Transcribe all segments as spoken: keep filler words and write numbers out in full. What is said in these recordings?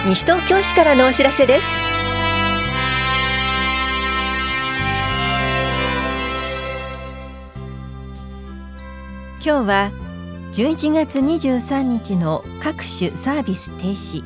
西東京市からのお知らせです。今日はじゅういちがつにじゅうさんにちの各種サービス停止、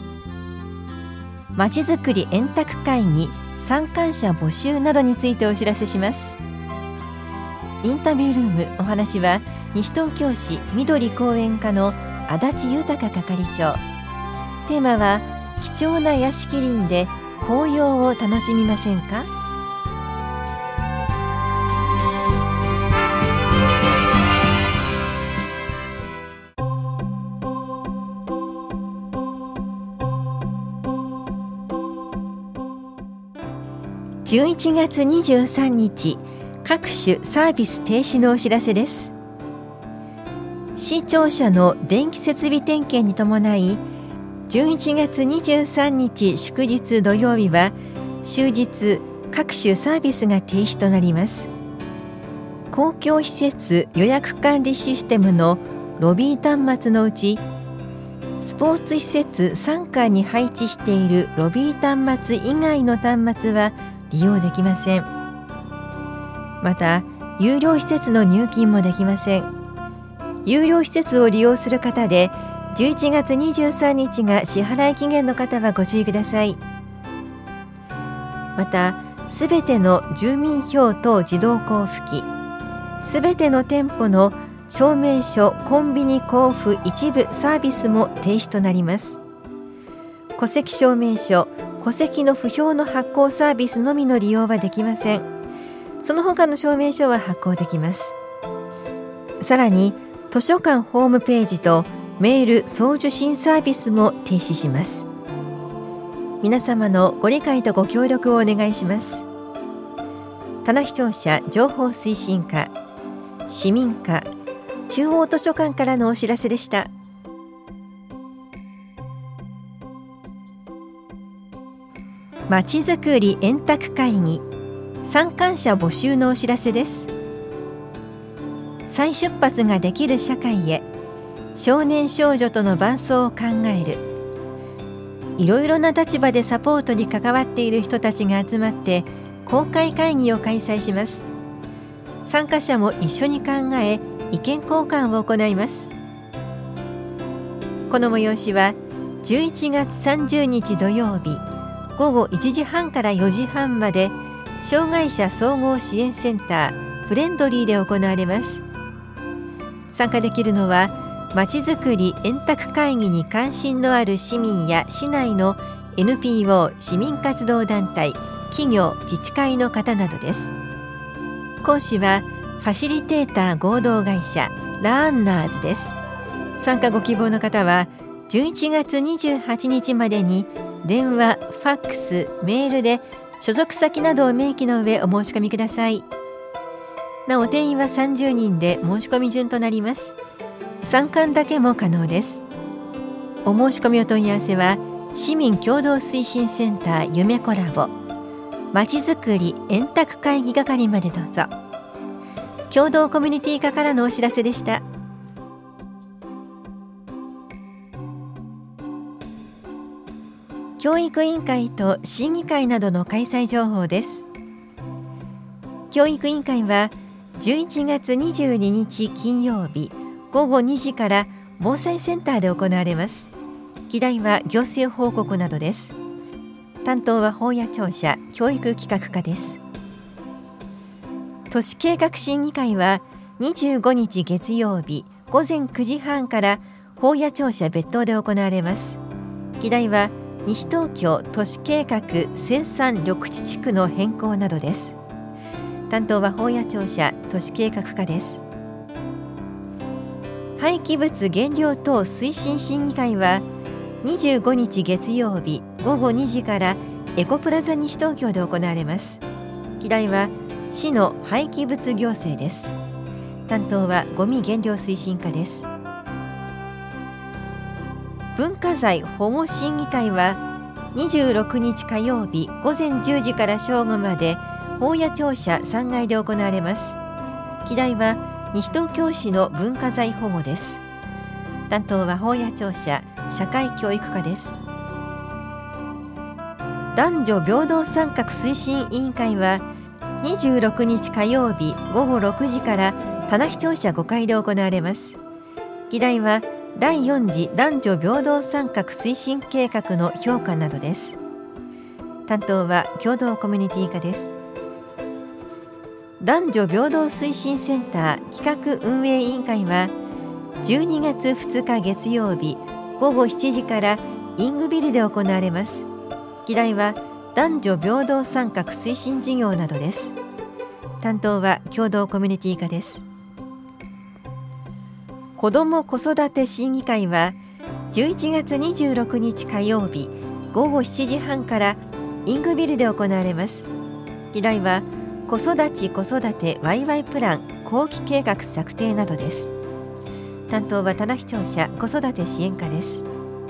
まちづくり円卓会議参観者募集などについてお知らせします。インタビュールーム、お話は西東京市緑公園課の足立豊係長。テーマは貴重な屋敷林で紅葉を楽しみませんか。じゅういちがつにじゅうさんにち、各種サービス停止のお知らせです。市庁舎の電気設備点検に伴い、じゅういちがつにじゅうさんにち祝日土曜日は終日各種サービスが停止となります。公共施設予約管理システムのロビー端末のうち、スポーツ施設さんかいに配置しているロビー端末以外の端末は利用できません。また、有料施設の入金もできません。有料施設を利用する方で、じゅういちがつにじゅうさんにちが支払い期限の方はご注意ください。また、すべての住民票等自動交付機、すべての店舗の証明書コンビニ交付一部サービスも停止となります。戸籍証明書、戸籍の不評の発行サービスのみの利用はできません。その他の証明書は発行できます。さらに、図書館ホームページとメール送受信サービスも停止します。皆様のご理解とご協力をお願いします。棚視聴者情報推進課、市民課、中央図書館からのお知らせでした。まちづくり円卓会議参観者募集のお知らせです。再出発ができる社会へ、少年少女との伴走を考える。いろいろな立場でサポートに関わっている人たちが集まって公開会議を開催します。参加者も一緒に考え、意見交換を行います。この催しはじゅういちがつさんじゅうにち土曜日ごごいちじはんからよじはんまで、障害者総合支援センターフレンドリーで行われます。参加できるのは、まちづくり円卓会議に関心のある市民や市内の エヌピーオー 市民活動団体、企業、自治会の方などです。講師はファシリテーター合同会社ラーンナーズです。参加ご希望の方はじゅういちがつにじゅうはちにちまでに電話、ファックス、メールで所属先などを明記の上お申し込みください。なお、定員はさんじゅうにんで申し込み順となります。参観だけも可能です。お申し込みお問い合わせは市民共同推進センター夢コラボまちづくり円卓会議係までどうぞ。共同コミュニティ課からのお知らせでした。教育委員会と審議会などの開催情報です。教育委員会はじゅういちがつにじゅうににち金曜日ごごにじから防災センターで行われます。議題は行政報告などです。担当は保谷庁舎教育企画課です。都市計画審議会はにじゅうごにち月曜日ごぜんくじはんから保谷庁舎別当で行われます。議題は西東京都市計画生産緑地地区の変更などです。担当は保谷庁舎都市計画課です。廃棄物減量等推進審議会はにじゅうごにち月曜日ごごにじからエコプラザ西東京で行われます。議題は市の廃棄物行政です。担当はゴミ減量推進課です。文化財保護審議会はにじゅうろくにち火曜日ごぜんじゅうじから正午まで保谷庁舎さんがいで行われます。議題は西東京市の文化財保護です。担当は保谷庁舎社会教育課です。 男女平等参画推進委員会はにじゅうろくにち火曜日ごごろくじから棚視聴者ごかいで行われます。議題はだいよん次男女平等参画推進計画の評価などです。担当は共同コミュニティ課です。男女平等推進センター企画運営委員会はじゅうにがつふつか月曜日ごごしちじからイングビルで行われます。議題は男女平等参画推進事業などです。担当は共同コミュニティ課です。子ども子育て審議会はじゅういちがつにじゅうろくにち火曜日ごごしちじはんからイングビルで行われます。議題は子育ち子育てワイワイプラン後期計画策定などです。担当は棚視聴者子育て支援課です。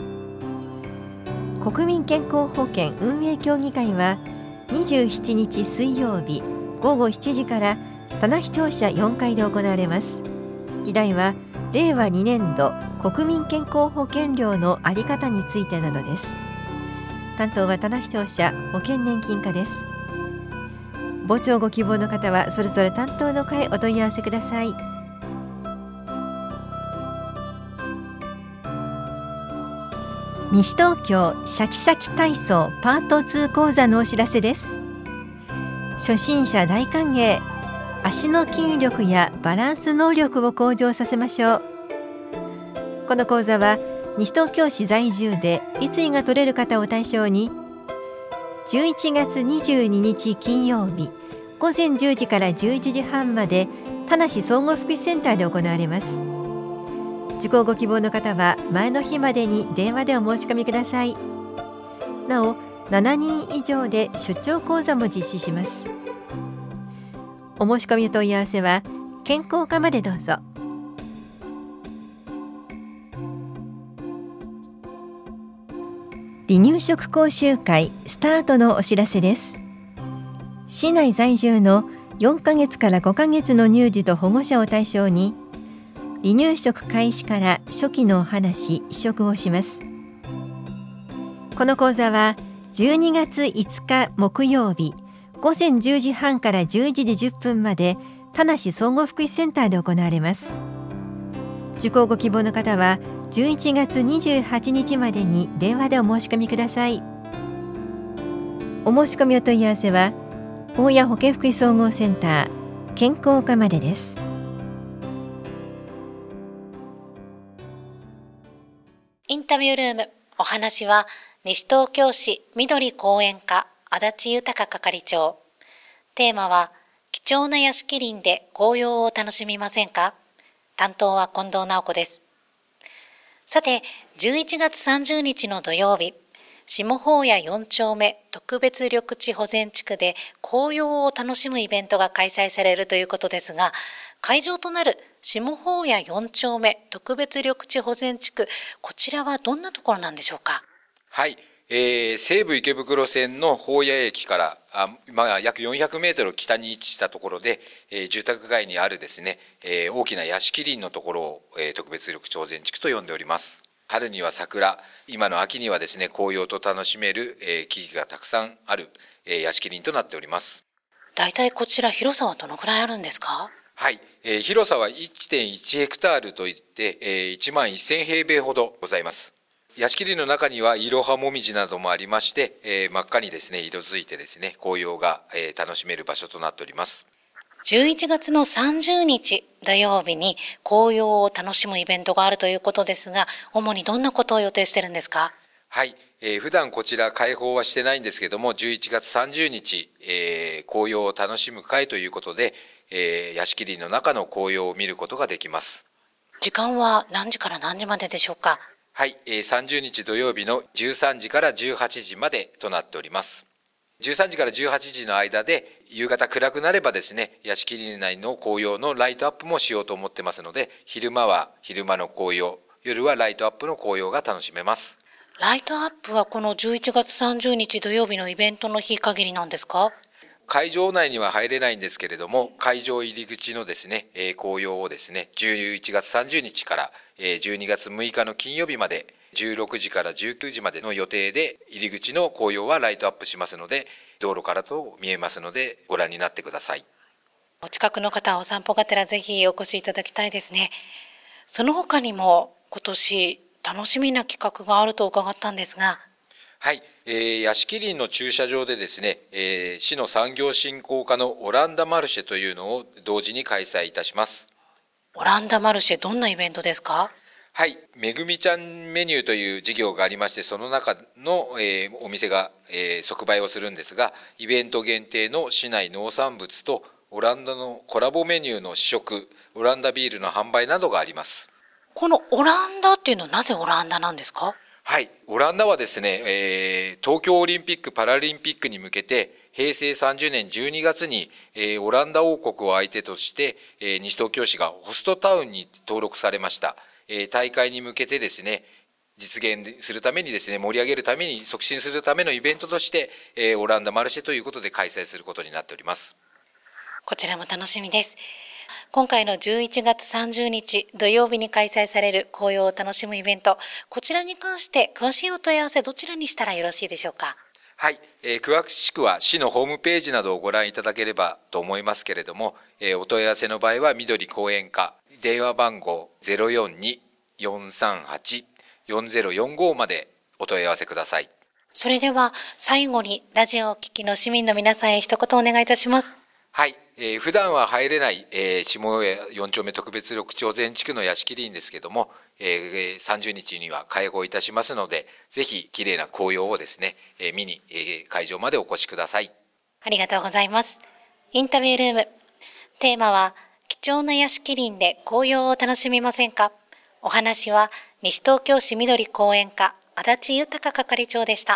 国民健康保険運営協議会はにじゅうしちにち水曜日ごごしちじから棚視聴者よんかいで行われます。議題はれいわにねんど国民健康保険料の在り方についてなどです。担当は棚視聴者保険年金課です。傍聴ご希望の方はそれぞれ担当の課へお問い合わせください。西東京シャキシャキ体操パートツー講座のお知らせです。初心者大歓迎。足の筋力やバランス能力を向上させましょう。この講座は西東京市在住で立位が取れる方を対象にじゅういちがつにじゅうににち金曜日ごぜんじゅうじからじゅういちじはんまで田無総合福祉センターで行われます。受講ご希望の方は前の日までに電話でお申し込みください。なおしちにん以上で出張講座も実施します。お申し込みお問い合わせは健康課までどうぞ。離乳食講習会スタートのお知らせです。市内在住のよんかげつからごかげつの乳児と保護者を対象に離乳食開始から初期のお話試食をします。この講座はじゅうにがついつか木曜日ごぜんじゅうじはんからじゅういちじじゅっぷんまで田無総合福祉センターで行われます。受講ご希望の方はじゅういちがつにじゅうはちにちまでに電話でお申し込みください。お申し込みお問い合わせは大谷保健福祉総合センター健康課までです。 インタビュールーム。お話は西東京市緑公園課足立豊係長。テーマは貴重な屋敷林で紅葉を楽しみませんか。担当は近藤直子です。さて、じゅういちがつさんじゅうにちの土曜日、下法屋よん丁目特別緑地保全地区で紅葉を楽しむイベントが開催されるということですが、会場となる下法屋よん丁目特別緑地保全地区、こちらはどんなところなんでしょうか。 はい、えー、西武池袋線の法屋駅からあ、まあ、約よんひゃくメートル北に位置したところで、えー、住宅街にあるですね、えー、大きな屋敷林のところを、えー、特別緑地保全地区と呼んでおります。春には桜、今の秋にはですね、紅葉と楽しめる、えー、木々がたくさんある、えー、屋敷林となっております。 だいたいこちら広さはどのくらいあるんですか。 はい、えー、広さは いってんいちヘクタールといって、えー、いちまんせん平米ほどございます。屋敷林の中にはイロハモミジなどもありまして、えー、真っ赤にですね色づいてですね紅葉が、えー、楽しめる場所となっております。 じゅういちがつのさんじゅうにち土曜日に紅葉を楽しむイベントがあるということですが、主にどんなことを予定してるんですか。 はい、えー、普段こちら開放はしてないんですけども、じゅういちがつさんじゅうにち、えー、紅葉を楽しむ会ということで、えー、屋敷林の中の紅葉を見ることができます。 時間は何時から何時まででしょうか。 はい、えー、さんじゅうにち土曜日のじゅうさんじからじゅうはちじまでとなっております。じゅうさんじからじゅうはちじの間で夕方暗くなればですね、屋敷林内の紅葉のライトアップもしようと思ってますので、昼間は昼間の紅葉、夜はライトアップの紅葉が楽しめます。 ライトアップはこのじゅういちがつさんじゅうにち土曜日のイベントの日限りなんですか。 会場内には入れないんですけれども、会場入り口のですね、えー、紅葉をですね、じゅういちがつさんじゅうにちから、えー、じゅうにがつむいかの金曜日までじゅうろくじからじゅうくじまでの予定で、入り口の紅葉はライトアップしますので、道路からと見えますのでご覧になってください。 お近くの方、お散歩がてらぜひお越しいただきたいですね。その他にも今年楽しみな企画があると伺ったんですが。 はい、えー、屋敷林の駐車場でですね、えー、市の産業振興課のオランダマルシェというのを同時に開催いたします。 オランダマルシェ、どんなイベントですか？ はい、めぐみちゃんメニューという事業がありまして、その中の、えー、お店が、えー、即売をするんですが、イベント限定の市内農産物とオランダのコラボメニューの試食、オランダビールの販売などがあります。 このオランダっていうのはなぜオランダなんですか？ はい、オランダはですね、えー、東京オリンピック・パラリンピックに向けて、へいせいさんじゅうねんじゅうにがつに、えー、オランダ王国を相手として、えー、西東京市がホストタウンに登録されました。えー、大会に向けてですね、実現するためにですね、盛り上げるために、促進するためのイベントとして、えー、オランダマルシェということで開催することになっております。 こちらも楽しみです。今回のじゅういちがつさんじゅうにち土曜日に開催される紅葉を楽しむイベント、こちらに関して詳しいお問い合わせどちらにしたらよろしいでしょうか？ はい、えー、詳しくは市のホームページなどをご覧いただければと思いますけれども、えー、お問い合わせの場合は緑公園課電話番号 ゼロよんに よんさんはち よんゼロよんご までお問い合わせください。 それでは最後にラジオをお聞きの市民の皆さんへ一言お願いいたします。 はい、えー、普段は入れない、えー、下大谷よん丁目特別緑地保全地区の屋敷林ですけども、えー、さんじゅうにちには開放いたしますので、ぜひ綺麗な紅葉をですね、えー、見に、えー、会場までお越しください。 ありがとうございます。インタビュールーム、テーマは貴重な屋敷林で紅葉を楽しみませんか。お話は西東京市緑公園課足立豊係長でした。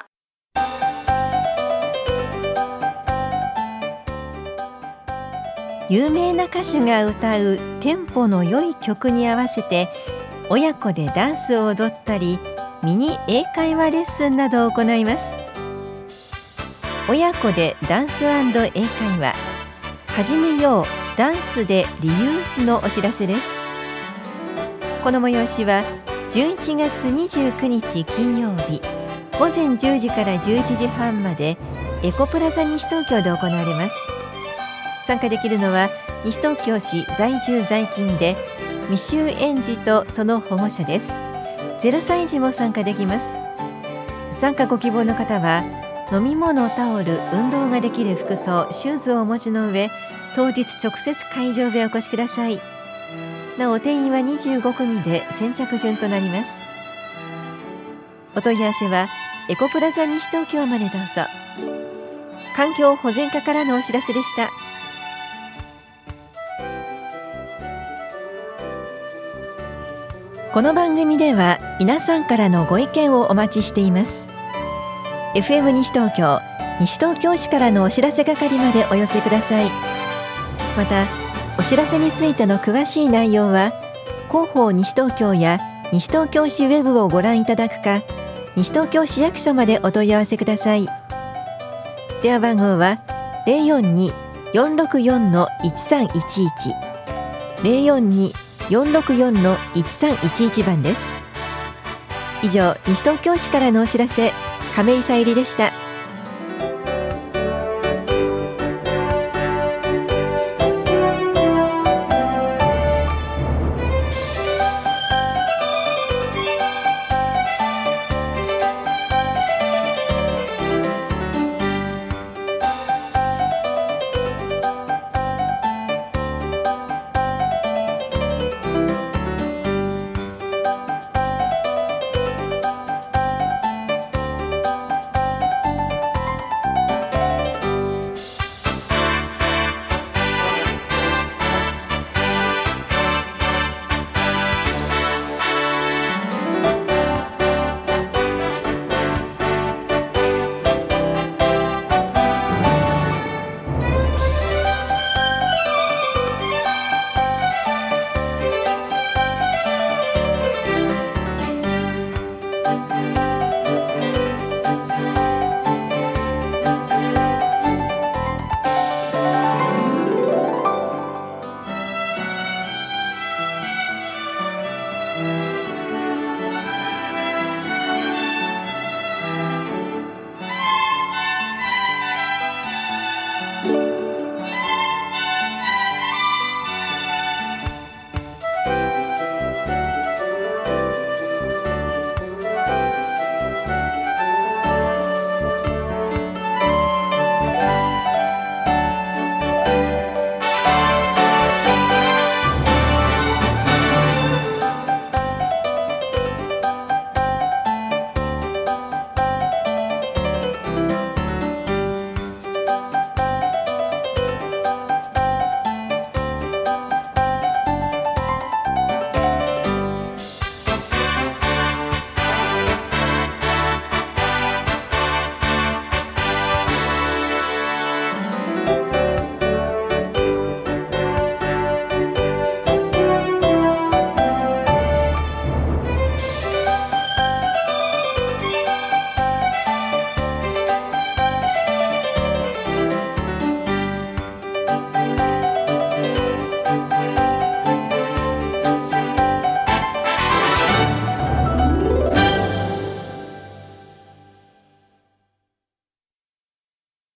有名な歌手が歌うテンポの良い曲に合わせて親子でダンスを踊ったり、ミニ英会話レッスンなどを行います。親子でダンス&英会話、始めようダンスでリユースのお知らせです。この催しはじゅういちがつにじゅうくにち金曜日ごぜんじゅうじからじゅういちじはんまでエコプラザ西東京で行われます。参加できるのは西東京市在住在勤で未就園児とその保護者です。ゼロさい児も参加できます。参加ご希望の方は飲み物、タオル、運動ができる服装、シューズをお持ちの上、当日直接会場へお越しください。なお定員はにじゅうごくみで先着順となります。お問い合わせはエコプラザ西東京までどうぞ。環境保全課からのお知らせでした。この番組では皆さんからのご意見をお待ちしています。 エフエム 西東京西東京市からのお知らせ係までお寄せください。またお知らせについての詳しい内容は広報西東京や西東京市ウェブをご覧いただくか、西東京市役所までお問い合わせください。電話番号は ゼロよんに よんろくよん いちさんいちいち ゼロよんに よんろくよん いちさんいちいち 番です。以上、西東京市からのお知らせ、亀井さゆりでした。